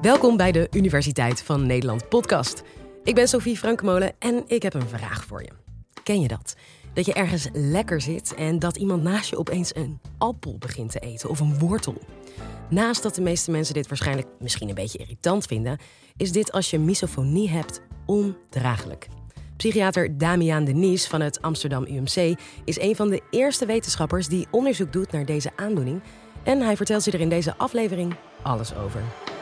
Welkom bij de Universiteit van Nederland podcast. Ik ben Sophie Frankemolen en ik heb een vraag voor je. Ken je dat? Dat je ergens lekker zit en dat iemand naast je opeens een appel begint te eten of een wortel. Naast dat de meeste mensen dit waarschijnlijk misschien een beetje irritant vinden, is dit als je misofonie hebt ondraaglijk. Psychiater Damiaan de Nies van het Amsterdam UMC is een van de eerste wetenschappers die onderzoek doet naar deze aandoening. En hij vertelt je er in deze aflevering alles over.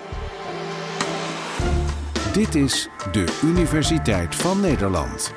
Dit is de Universiteit van Nederland.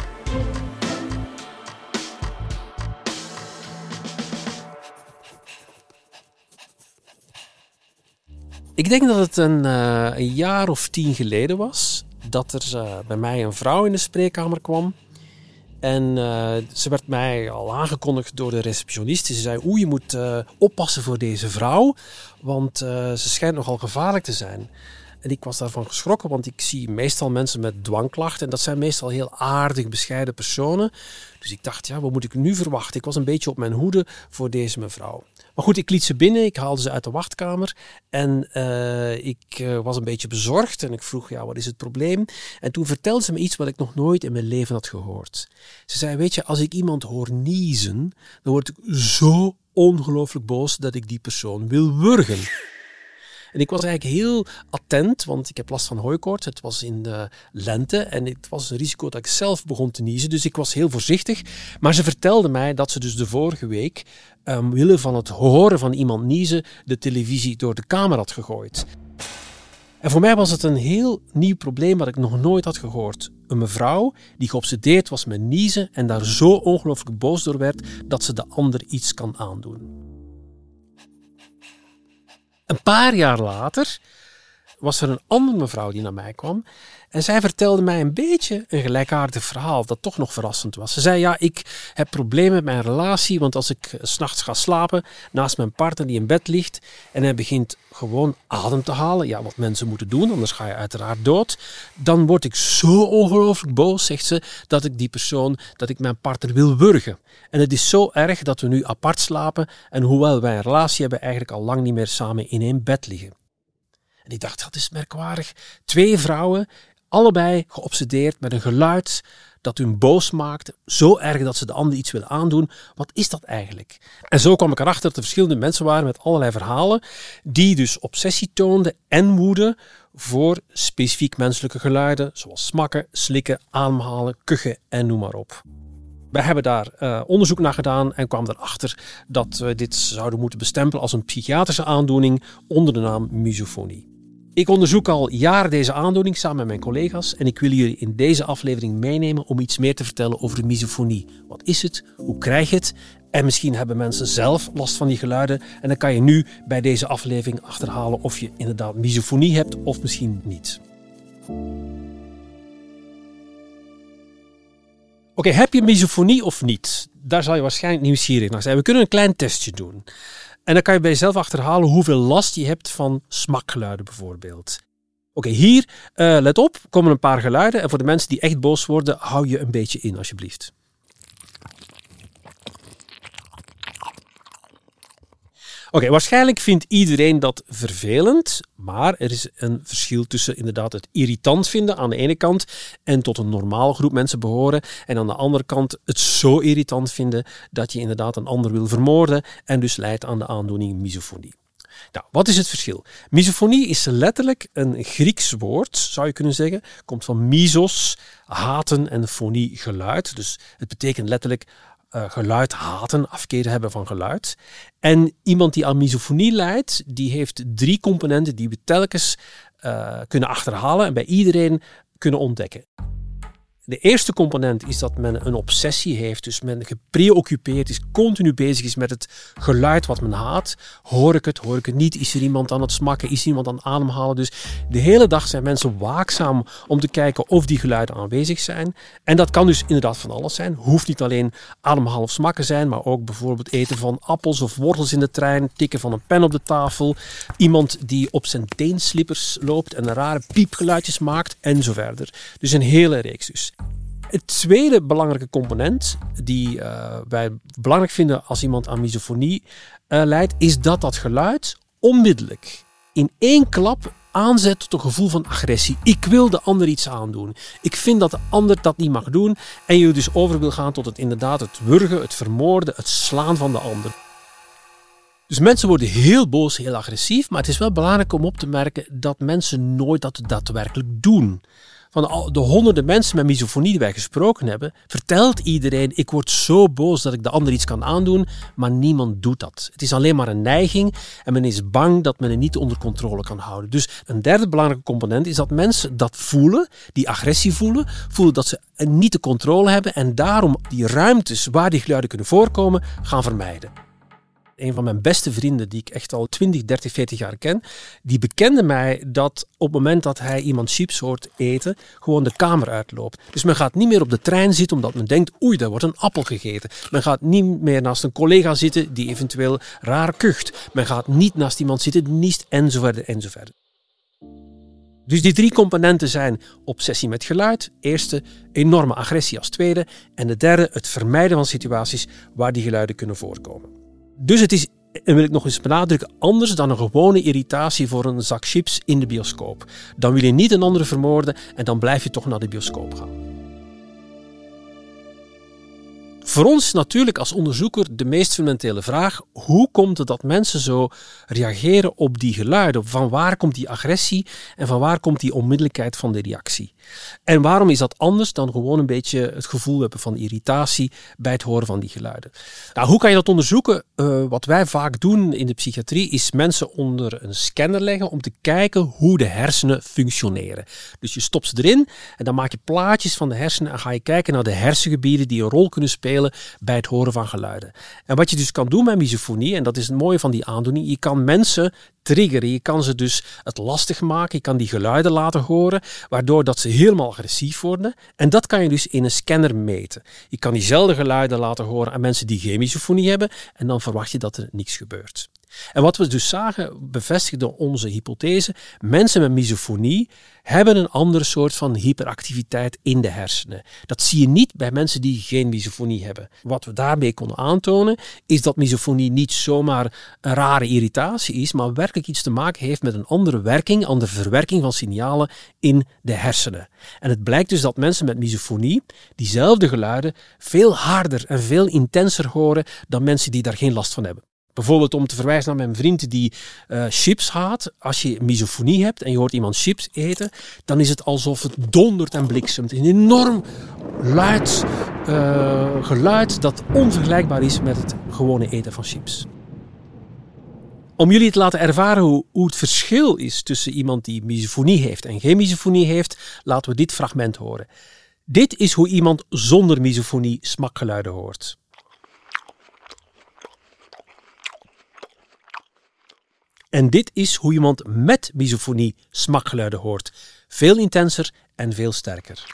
Ik denk dat het een jaar of 10 geleden was dat er bij mij een vrouw in de spreekkamer kwam. En ze werd mij al aangekondigd door de receptionist. Ze zei, je moet oppassen voor deze vrouw, want ze schijnt nogal gevaarlijk te zijn. En ik was daarvan geschrokken, want ik zie meestal mensen met dwangklachten. En dat zijn meestal heel aardig, bescheiden personen. Dus ik dacht, wat moet ik nu verwachten? Ik was een beetje op mijn hoede voor deze mevrouw. Maar goed, ik liet ze binnen, ik haalde ze uit de wachtkamer. En ik was een beetje bezorgd en ik vroeg, wat is het probleem? En toen vertelde ze me iets wat ik nog nooit in mijn leven had gehoord. Ze zei, weet je, als ik iemand hoor niezen, dan word ik zo ongelooflijk boos dat ik die persoon wil wurgen. En ik was eigenlijk heel attent, want ik heb last van hooikoorts. Het was in de lente en het was een risico dat ik zelf begon te niezen. Dus ik was heel voorzichtig. Maar ze vertelde mij dat ze dus de vorige week, wille van het horen van iemand niezen, de televisie door de kamer had gegooid. En voor mij was het een heel nieuw probleem wat ik nog nooit had gehoord. Een mevrouw die geobsedeerd was met niezen en daar zo ongelooflijk boos door werd dat ze de ander iets kan aandoen. Een paar jaar later was er een andere mevrouw die naar mij kwam. En zij vertelde mij een beetje een gelijkaardig verhaal dat toch nog verrassend was. Ze zei, ik heb problemen met mijn relatie, want als ik 's nachts ga slapen naast mijn partner die in bed ligt en hij begint gewoon adem te halen, wat mensen moeten doen, anders ga je uiteraard dood, dan word ik zo ongelooflijk boos, zegt ze, dat ik mijn partner wil wurgen. En het is zo erg dat we nu apart slapen en hoewel wij een relatie hebben, eigenlijk al lang niet meer samen in één bed liggen. En ik dacht, dat is merkwaardig. 2 vrouwen, allebei geobsedeerd met een geluid dat hun boos maakt. Zo erg dat ze de ander iets willen aandoen. Wat is dat eigenlijk? En zo kwam ik erachter dat er verschillende mensen waren met allerlei verhalen die dus obsessie toonden en woede voor specifiek menselijke geluiden, zoals smakken, slikken, ademhalen, kuchen en noem maar op. Wij hebben daar onderzoek naar gedaan en kwamen erachter dat we dit zouden moeten bestempelen als een psychiatrische aandoening onder de naam misofonie. Ik onderzoek al jaren deze aandoening samen met mijn collega's en ik wil jullie in deze aflevering meenemen om iets meer te vertellen over de misofonie. Wat is het? Hoe krijg je het? En misschien hebben mensen zelf last van die geluiden en dan kan je nu bij deze aflevering achterhalen of je inderdaad misofonie hebt of misschien niet. Oké, heb je misofonie of niet? Daar zal je waarschijnlijk nieuwsgierig naar zijn. We kunnen een klein testje doen. En dan kan je bij jezelf achterhalen hoeveel last je hebt van smakgeluiden bijvoorbeeld. Oké, hier, let op, komen een paar geluiden. En voor de mensen die echt boos worden, hou je een beetje in alsjeblieft. Oké, waarschijnlijk vindt iedereen dat vervelend, maar er is een verschil tussen inderdaad het irritant vinden aan de ene kant en tot een normale groep mensen behoren en aan de andere kant het zo irritant vinden dat je inderdaad een ander wil vermoorden en dus leidt aan de aandoening misofonie. Nou, wat is het verschil? Misofonie is letterlijk een Grieks woord, zou je kunnen zeggen. Komt van misos, haten en fonie, geluid. Dus het betekent letterlijk geluid haten, afkeer hebben van geluid. En iemand die aan misofonie lijdt, die heeft 3 componenten die we telkens kunnen achterhalen en bij iedereen kunnen ontdekken. De eerste component is dat men een obsessie heeft, dus men gepreoccupeerd is, continu bezig is met het geluid wat men haat. Hoor ik het niet? Is er iemand aan het smakken? Is er iemand aan het ademhalen? Dus de hele dag zijn mensen waakzaam om te kijken of die geluiden aanwezig zijn. En dat kan dus inderdaad van alles zijn. Hoeft niet alleen ademhalen of smakken zijn, maar ook bijvoorbeeld eten van appels of wortels in de trein, tikken van een pen op de tafel, iemand die op zijn teenslippers loopt en rare piepgeluidjes maakt en zo verder. Dus een hele reeks dus. Het tweede belangrijke component die wij belangrijk vinden als iemand aan misofonie lijdt, is dat geluid onmiddellijk in één klap aanzet tot een gevoel van agressie. Ik wil de ander iets aandoen. Ik vind dat de ander dat niet mag doen. En je dus over wil gaan tot het wurgen, het vermoorden, het slaan van de ander. Dus mensen worden heel boos, heel agressief. Maar het is wel belangrijk om op te merken dat mensen nooit dat daadwerkelijk doen. Van de honderden mensen met misofonie die wij gesproken hebben, vertelt iedereen: ik word zo boos dat ik de ander iets kan aandoen, maar niemand doet dat. Het is alleen maar een neiging en men is bang dat men het niet onder controle kan houden. Dus een derde belangrijke component is dat mensen dat voelen, die agressie voelen dat ze niet de controle hebben en daarom die ruimtes waar die geluiden kunnen voorkomen, gaan vermijden. Een van mijn beste vrienden, die ik echt al 20, 30, 40 jaar ken, die bekende mij dat op het moment dat hij iemand chips hoort eten, gewoon de kamer uitloopt. Dus men gaat niet meer op de trein zitten omdat men denkt, oei, daar wordt een appel gegeten. Men gaat niet meer naast een collega zitten die eventueel raar kucht. Men gaat niet naast iemand zitten die niest enzovoort enzovoort. Dus die 3 componenten zijn obsessie met geluid, eerste, enorme agressie als tweede en de derde, het vermijden van situaties waar die geluiden kunnen voorkomen. Dus het is, en wil ik nog eens benadrukken, anders dan een gewone irritatie voor een zak chips in de bioscoop. Dan wil je niet een andere vermoorden en dan blijf je toch naar de bioscoop gaan. Voor ons natuurlijk als onderzoeker de meest fundamentele vraag: hoe komt het dat mensen zo reageren op die geluiden? Van waar komt die agressie en van waar komt die onmiddellijkheid van de reactie? En waarom is dat anders dan gewoon een beetje het gevoel hebben van irritatie bij het horen van die geluiden? Nou, hoe kan je dat onderzoeken? Wat wij vaak doen in de psychiatrie is mensen onder een scanner leggen om te kijken hoe de hersenen functioneren. Dus je stopt ze erin en dan maak je plaatjes van de hersenen en ga je kijken naar de hersengebieden die een rol kunnen spelen bij het horen van geluiden. En wat je dus kan doen met misofonie, en dat is het mooie van die aandoening, je kan mensen triggeren, je kan ze dus het lastig maken, je kan die geluiden laten horen, waardoor dat ze helemaal agressief worden. En dat kan je dus in een scanner meten. Je kan diezelfde geluiden laten horen aan mensen die geen misofonie hebben en dan verwacht je dat er niks gebeurt. En wat we dus zagen, bevestigde onze hypothese, mensen met misofonie hebben een andere soort van hyperactiviteit in de hersenen. Dat zie je niet bij mensen die geen misofonie hebben. Wat we daarmee konden aantonen, is dat misofonie niet zomaar een rare irritatie is, maar werkelijk iets te maken heeft met een andere werking, andere verwerking van signalen in de hersenen. En het blijkt dus dat mensen met misofonie diezelfde geluiden veel harder en veel intenser horen dan mensen die daar geen last van hebben. Bijvoorbeeld om te verwijzen naar mijn vriend die chips haat. Als je misofonie hebt en je hoort iemand chips eten, dan is het alsof het dondert en bliksemt. Een enorm luid geluid dat onvergelijkbaar is met het gewone eten van chips. Om jullie te laten ervaren hoe het verschil is tussen iemand die misofonie heeft en geen misofonie heeft, laten we dit fragment horen. Dit is hoe iemand zonder misofonie smakgeluiden hoort. En dit is hoe iemand met misofonie smakgeluiden hoort. Veel intenser en veel sterker.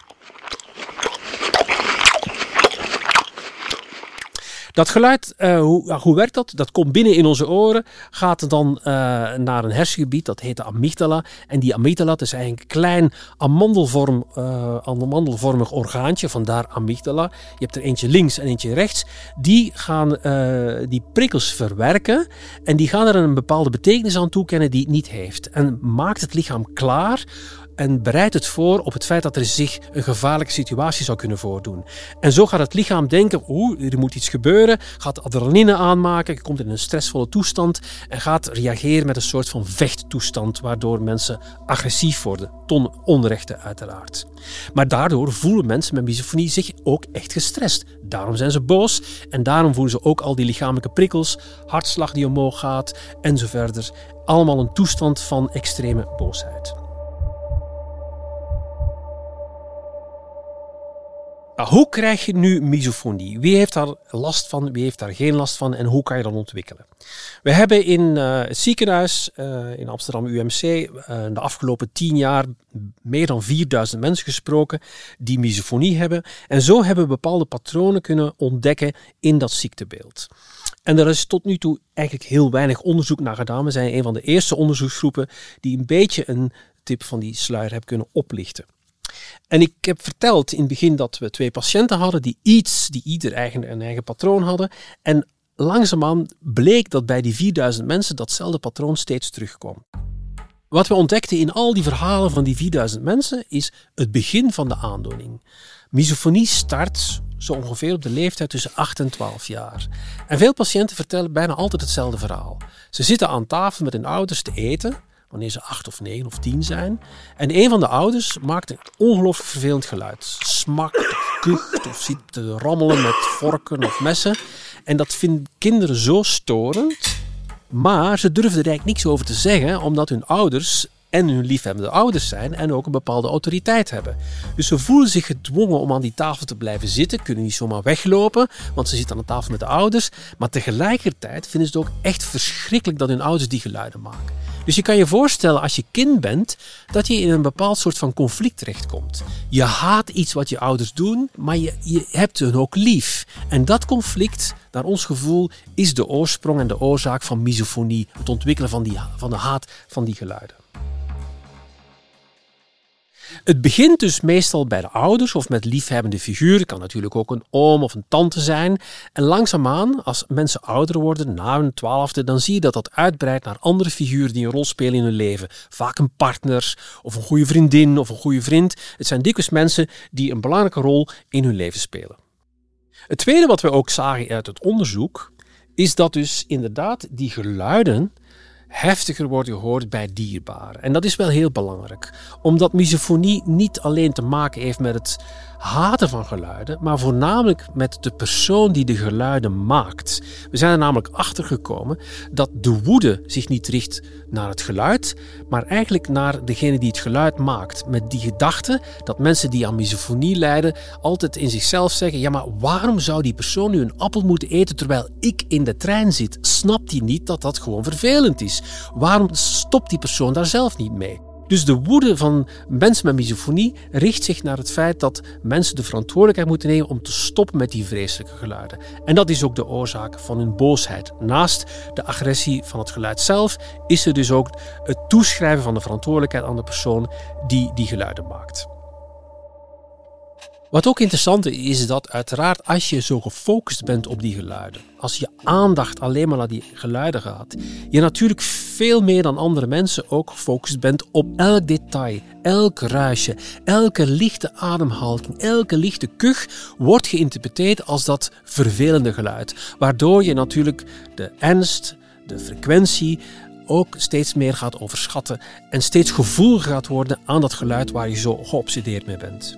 Dat geluid, hoe werkt dat? Dat komt binnen in onze oren, gaat dan naar een hersengebied, dat heet de amygdala. En die amygdala, dat is eigenlijk een klein amandelvormig orgaantje, vandaar amygdala. Je hebt er eentje links en eentje rechts. Die gaan die prikkels verwerken en die gaan er een bepaalde betekenis aan toekennen die het niet heeft. En maakt het lichaam klaar en bereidt het voor op het feit dat er zich een gevaarlijke situatie zou kunnen voordoen. En zo gaat het lichaam denken, er moet iets gebeuren, gaat adrenaline aanmaken, komt in een stressvolle toestand en gaat reageren met een soort van vechttoestand, waardoor mensen agressief worden, ten onrechte uiteraard. Maar daardoor voelen mensen met misofonie zich ook echt gestrest. Daarom zijn ze boos en daarom voelen ze ook al die lichamelijke prikkels, hartslag die omhoog gaat enzovoort. Allemaal een toestand van extreme boosheid. Nou, hoe krijg je nu misofonie? Wie heeft daar last van, wie heeft daar geen last van en hoe kan je dat ontwikkelen? We hebben in het ziekenhuis in Amsterdam UMC de afgelopen 10 jaar meer dan 4000 mensen gesproken die misofonie hebben. En zo hebben we bepaalde patronen kunnen ontdekken in dat ziektebeeld. En er is tot nu toe eigenlijk heel weinig onderzoek naar gedaan. We zijn een van de eerste onderzoeksgroepen die een beetje een tip van die sluier hebben kunnen oplichten. En ik heb verteld in het begin dat we 2 patiënten hadden die ieder een eigen patroon hadden. En langzaamaan bleek dat bij die 4000 mensen datzelfde patroon steeds terugkwam. Wat we ontdekten in al die verhalen van die 4000 mensen is het begin van de aandoening. Misofonie start zo ongeveer op de leeftijd tussen 8 en 12 jaar. En veel patiënten vertellen bijna altijd hetzelfde verhaal. Ze zitten aan tafel met hun ouders te eten, wanneer ze 8 of 9 of 10 zijn. En een van de ouders maakt een ongelooflijk vervelend geluid. Smakt of kucht of zit te rammelen met vorken of messen. En dat vinden kinderen zo storend. Maar ze durven er eigenlijk niks over te zeggen, omdat hun ouders en hun liefhebbende ouders zijn en ook een bepaalde autoriteit hebben. Dus ze voelen zich gedwongen om aan die tafel te blijven zitten, kunnen niet zomaar weglopen, want ze zitten aan de tafel met de ouders. Maar tegelijkertijd vinden ze het ook echt verschrikkelijk dat hun ouders die geluiden maken. Dus je kan je voorstellen als je kind bent, dat je in een bepaald soort van conflict terechtkomt. Je haat iets wat je ouders doen, maar je hebt hun ook lief. En dat conflict, naar ons gevoel, is de oorsprong en de oorzaak van misofonie. Het ontwikkelen van de haat van die geluiden. Het begint dus meestal bij de ouders of met liefhebbende figuren. Het kan natuurlijk ook een oom of een tante zijn. En langzaamaan, als mensen ouder worden, na hun 12e, dan zie je dat dat uitbreidt naar andere figuren die een rol spelen in hun leven. Vaak een partner, of een goede vriendin, of een goede vriend. Het zijn dikwijls mensen die een belangrijke rol in hun leven spelen. Het tweede wat we ook zagen uit het onderzoek, is dat dus inderdaad die geluiden heftiger worden gehoord bij dierbaren. En dat is wel heel belangrijk, omdat misofonie niet alleen te maken heeft met het haten van geluiden, maar voornamelijk met de persoon die de geluiden maakt. We zijn er namelijk achter gekomen dat de woede zich niet richt naar het geluid, maar eigenlijk naar degene die het geluid maakt. Met die gedachte dat mensen die aan misofonie lijden altijd in zichzelf zeggen, ja, maar waarom zou die persoon nu een appel moeten eten terwijl ik in de trein zit? Snapt hij niet dat dat gewoon vervelend is? Waarom stopt die persoon daar zelf niet mee? Dus de woede van mensen met misofonie richt zich naar het feit dat mensen de verantwoordelijkheid moeten nemen om te stoppen met die vreselijke geluiden. En dat is ook de oorzaak van hun boosheid. Naast de agressie van het geluid zelf is er dus ook het toeschrijven van de verantwoordelijkheid aan de persoon die die geluiden maakt. Wat ook interessant is dat uiteraard als je zo gefocust bent op die geluiden, als je aandacht alleen maar naar die geluiden gaat, je natuurlijk veel meer dan andere mensen ook gefocust bent op elk detail, elk ruisje, elke lichte ademhaling, elke lichte kuch wordt geïnterpreteerd als dat vervelende geluid, waardoor je natuurlijk de ernst, de frequentie ook steeds meer gaat overschatten en steeds gevoeliger gaat worden aan dat geluid waar je zo geobsedeerd mee bent.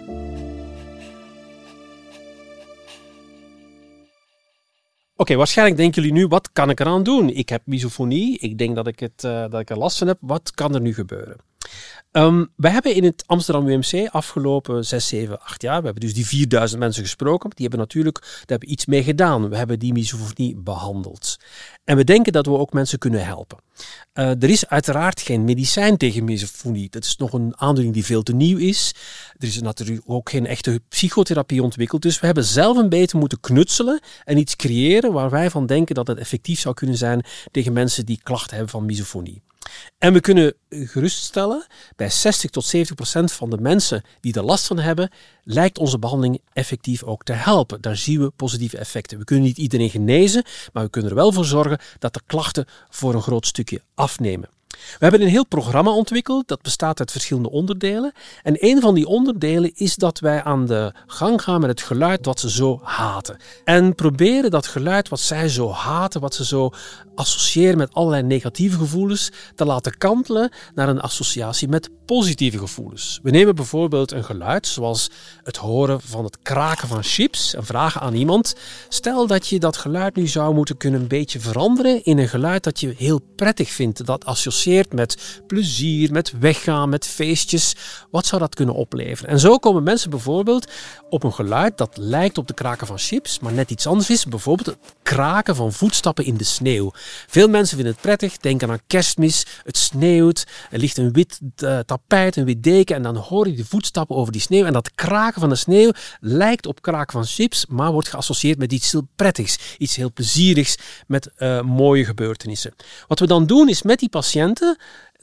Oké, waarschijnlijk denken jullie nu, wat kan ik eraan doen? Ik heb misofonie, ik denk dat ik er last van heb. Wat kan er nu gebeuren? Wij hebben in het Amsterdam UMC afgelopen 6, 7, 8 jaar, we hebben dus die 4000 mensen gesproken, die hebben iets mee gedaan. We hebben die misofonie behandeld. En we denken dat we ook mensen kunnen helpen. Er is uiteraard geen medicijn tegen misofonie. Dat is nog een aandoening die veel te nieuw is. Er is natuurlijk ook geen echte psychotherapie ontwikkeld. Dus we hebben zelf een beetje moeten knutselen en iets creëren waar wij van denken dat het effectief zou kunnen zijn tegen mensen die klachten hebben van misofonie. En we kunnen geruststellen, bij 60 tot 70% van de mensen die er last van hebben, lijkt onze behandeling effectief ook te helpen. Daar zien we positieve effecten. We kunnen niet iedereen genezen, maar we kunnen er wel voor zorgen dat de klachten voor een groot stukje afnemen. We hebben een heel programma ontwikkeld, dat bestaat uit verschillende onderdelen. En een van die onderdelen is dat wij aan de gang gaan met het geluid wat ze zo haten. En proberen dat geluid wat zij zo haten, wat ze zo associëren met allerlei negatieve gevoelens, te laten kantelen naar een associatie met positieve gevoelens. We nemen bijvoorbeeld een geluid, zoals het horen van het kraken van chips, en vragen aan iemand, stel dat je dat geluid nu zou moeten kunnen een beetje veranderen in een geluid dat je heel prettig vindt, dat associeert met plezier, met weggaan, met feestjes. Wat zou dat kunnen opleveren? En zo komen mensen bijvoorbeeld op een geluid dat lijkt op de kraken van chips, maar net iets anders is. Bijvoorbeeld het kraken van voetstappen in de sneeuw. Veel mensen vinden het prettig, denken aan Kerstmis, het sneeuwt, er ligt een wit tapijt, een wit deken en dan hoor je de voetstappen over die sneeuw. En dat kraken van de sneeuw lijkt op kraken van chips, maar wordt geassocieerd met iets heel prettigs, iets heel plezierigs met mooie gebeurtenissen. Wat we dan doen is met die patiënten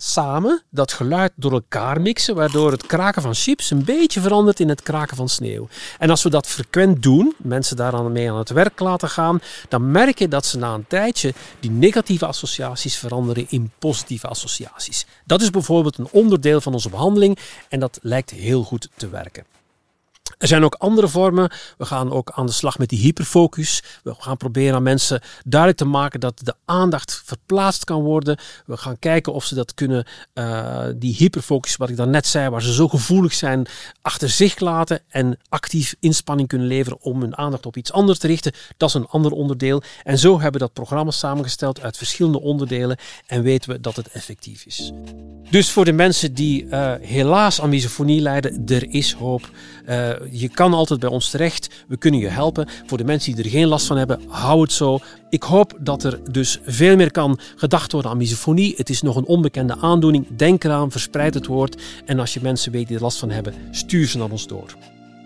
samen dat geluid door elkaar mixen, waardoor het kraken van chips een beetje verandert in het kraken van sneeuw. En als we dat frequent doen, mensen daaraan mee aan het werk laten gaan, dan merk je dat ze na een tijdje die negatieve associaties veranderen in positieve associaties. Dat is bijvoorbeeld een onderdeel van onze behandeling en dat lijkt heel goed te werken. Er zijn ook andere vormen. We gaan ook aan de slag met die hyperfocus. We gaan proberen aan mensen duidelijk te maken dat de aandacht verplaatst kan worden. We gaan kijken of ze dat kunnen, die hyperfocus, wat ik dan net zei, waar ze zo gevoelig zijn, achter zich laten en actief inspanning kunnen leveren om hun aandacht op iets anders te richten. Dat is een ander onderdeel. En zo hebben we dat programma samengesteld uit verschillende onderdelen en weten we dat het effectief is. Dus voor de mensen die helaas aan misofonie lijden, er is hoop. Je kan altijd bij ons terecht. We kunnen je helpen. Voor de mensen die er geen last van hebben, hou het zo. Ik hoop dat er dus veel meer kan gedacht worden aan misofonie. Het is nog een onbekende aandoening. Denk eraan, verspreid het woord. En als je mensen weet die er last van hebben, stuur ze naar ons door.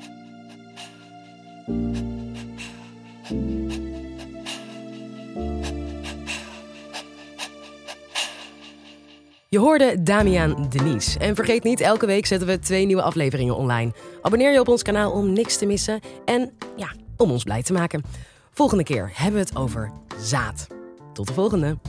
Je hoorde Damian Denies. En vergeet niet, elke week zetten we 2 nieuwe afleveringen online. Abonneer je op ons kanaal om niks te missen en om ons blij te maken. Volgende keer hebben we het over zaad. Tot de volgende.